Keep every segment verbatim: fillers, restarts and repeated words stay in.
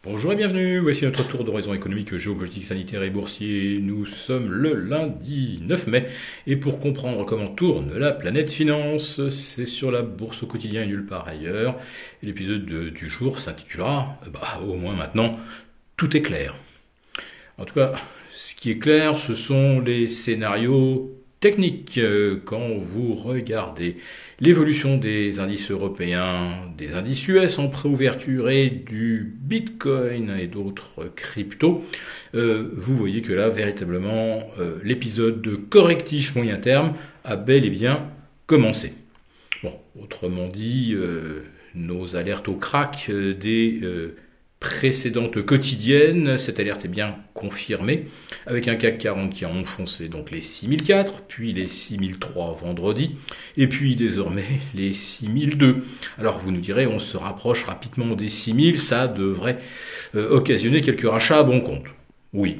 Bonjour et bienvenue, voici notre tour d'horizon économique, géopolitique, sanitaire et boursier. Nous sommes le lundi neuf mai et pour comprendre comment tourne la planète finance, c'est sur la bourse au quotidien et nulle part ailleurs. Et l'épisode de- du jour s'intitulera, bah au moins maintenant, tout est clair. En tout cas, ce qui est clair, ce sont les scénarios techniques. Euh, Quand vous regardez l'évolution des indices européens, des indices U S en préouverture et du Bitcoin et d'autres cryptos, euh, vous voyez que là, véritablement, euh, l'épisode de correctif moyen terme a bel et bien commencé. Bon, autrement dit, euh, nos alertes au crack euh, des euh, précédentes quotidiennes, cette alerte est bien confirmée, avec un C A C quarante qui a enfoncé donc les six mille quatre, puis les six mille trois vendredi, et puis désormais les six mille deux. Alors vous nous direz, on se rapproche rapidement des six mille, ça devrait euh, occasionner quelques rachats à bon compte. Oui,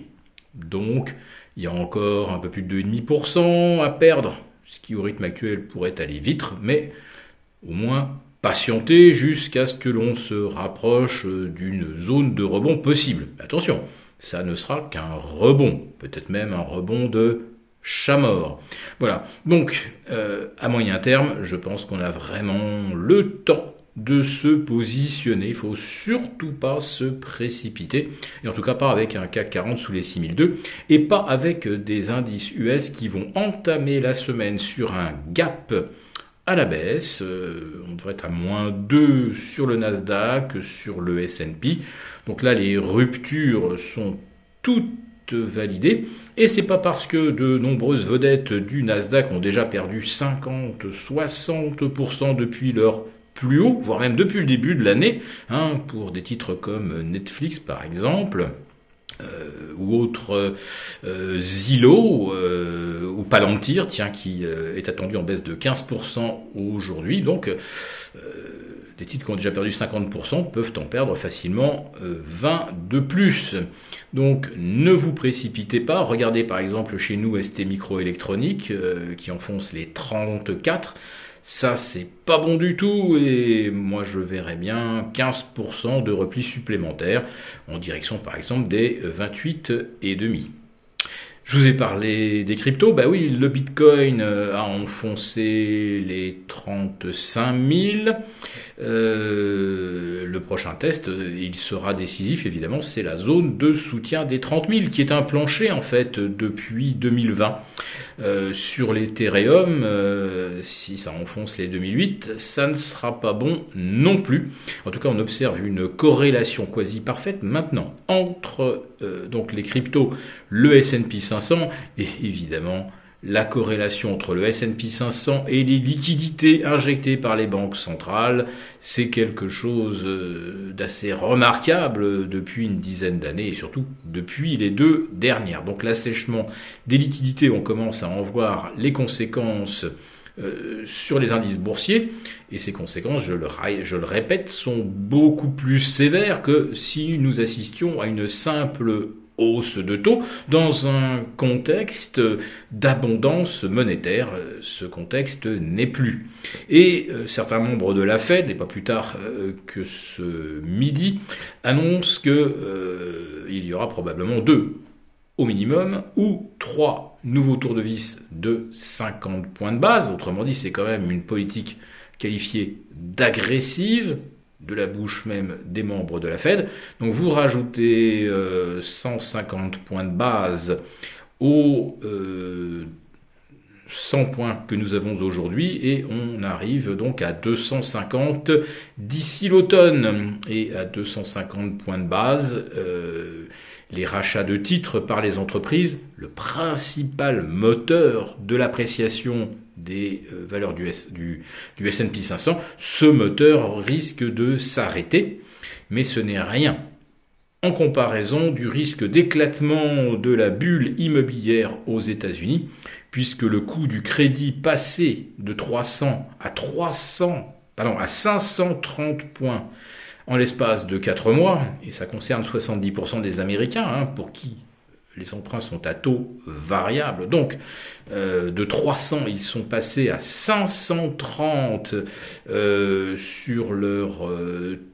donc il y a encore un peu plus de deux virgule cinq pour cent à perdre, ce qui au rythme actuel pourrait aller vite, mais au moins patienter jusqu'à ce que l'on se rapproche d'une zone de rebond possible. Attention, ça ne sera qu'un rebond, peut-être même un rebond de chat mort. Voilà, donc euh, à moyen terme, je pense qu'on a vraiment le temps de se positionner. Il ne faut surtout pas se précipiter, et en tout cas pas avec un C A C quarante sous les six mille deux, et pas avec des indices U S qui vont entamer la semaine sur un gap à la baisse. Euh, on devrait être à moins deux sur le Nasdaq, sur le S and P. Donc là, les ruptures sont toutes validées. Et c'est pas parce que de nombreuses vedettes du Nasdaq ont déjà perdu cinquante à soixante pour cent depuis leur plus haut, voire même depuis le début de l'année, hein, pour des titres comme Netflix par exemple, Euh, ou autre euh, Zillow euh, ou Palantir, tiens, qui euh, est attendu en baisse de quinze pour cent aujourd'hui. Donc, euh, des titres qui ont déjà perdu cinquante pour cent peuvent en perdre facilement euh, vingt de plus. Donc, ne vous précipitez pas. Regardez par exemple chez nous S T Microélectronique euh, qui enfonce les trente-quatre. Ça, c'est pas bon du tout, et moi je verrais bien quinze pour cent de repli supplémentaire en direction par exemple des vingt-huit virgule cinq. Je vous ai parlé des cryptos, bah oui, le Bitcoin a enfoncé les trente-cinq mille. Euh, le prochain test, il sera décisif évidemment, c'est la zone de soutien des trente mille, qui est un plancher en fait depuis deux mille vingt. Euh, sur l'Ethereum, euh, si ça enfonce les deux mille huit, ça ne sera pas bon non plus. En tout cas, on observe une corrélation quasi parfaite maintenant entre euh, donc les cryptos, le S and P cinq cents et évidemment la corrélation entre le S and P cinq cents et les liquidités injectées par les banques centrales. C'est quelque chose d'assez remarquable depuis une dizaine d'années et surtout depuis les deux dernières. Donc l'assèchement des liquidités, on commence à en voir les conséquences euh, sur les indices boursiers, et ces conséquences, je le, je le répète, sont beaucoup plus sévères que si nous assistions à une simple hausse de taux dans un contexte d'abondance monétaire. Ce contexte n'est plus. Et euh, certains membres de la Fed, et pas plus tard euh, que ce midi, annoncent que euh, il y aura probablement deux, au minimum, ou trois nouveaux tours de vis de cinquante points de base. Autrement dit, c'est quand même une politique qualifiée d'agressive, de la bouche même des membres de la Fed. Donc vous rajoutez euh, cent cinquante points de base aux euh, cent points que nous avons aujourd'hui, et on arrive donc à deux cent cinquante d'ici l'automne. Et à deux cent cinquante points de base, euh, les rachats de titres par les entreprises, le principal moteur de l'appréciation des euh, valeurs du, S, du, du S and P cinq cents, ce moteur risque de s'arrêter, mais ce n'est rien en comparaison du risque d'éclatement de la bulle immobilière aux États-Unis, puisque le coût du crédit passé de trois cents à trois cents, pardon, à cinq cent trente points en l'espace de quatre mois, et ça concerne soixante-dix pour cent des Américains, hein, pour qui les emprunts sont à taux variable. Donc, euh, de trois cents, ils sont passés à cinq cent trente euh, sur leur euh,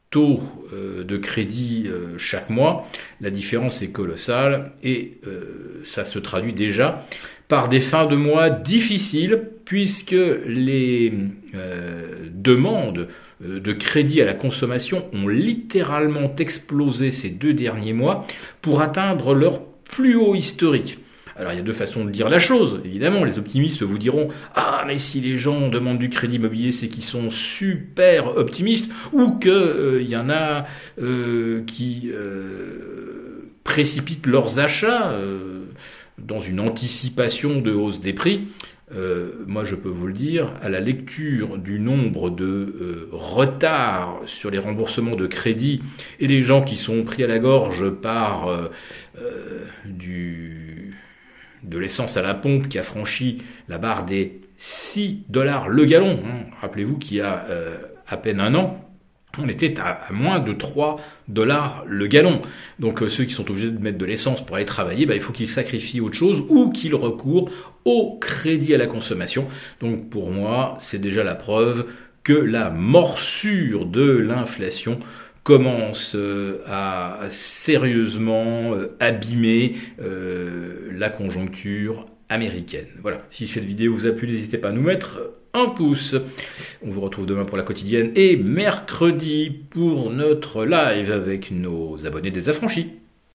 taux euh, de crédit euh, chaque mois. La différence est colossale et euh, ça se traduit déjà par des fins de mois difficiles puisque les euh, demandes de crédit à la consommation ont littéralement explosé ces deux derniers mois pour atteindre leur plus haut historique. Alors il y a deux façons de dire la chose. Évidemment, les optimistes vous diront « Ah, mais si les gens demandent du crédit immobilier, c'est qu'ils sont super optimistes » ou qu'il euh, y en a euh, qui euh, précipitent leurs achats euh, dans une anticipation de hausse des prix. Euh, moi, je peux vous le dire, à la lecture du nombre de euh, retards sur les remboursements de crédit et les gens qui sont pris à la gorge par euh, euh, du, de l'essence à la pompe qui a franchi la barre des six dollars le gallon. Hein. Rappelez-vous qu'il y a euh, à peine un an, on était à, à moins de trois dollars le gallon. Donc euh, ceux qui sont obligés de mettre de l'essence pour aller travailler, bah, il faut qu'ils sacrifient autre chose ou qu'ils recourent au crédit à la consommation. Donc pour moi, c'est déjà la preuve que la morsure de l'inflation commence euh, à sérieusement euh, abîmer euh, la conjoncture américaine. Voilà, si cette vidéo vous a plu, n'hésitez pas à nous mettre un pouce. On vous retrouve demain pour la quotidienne et mercredi pour notre live avec nos abonnés désaffranchis.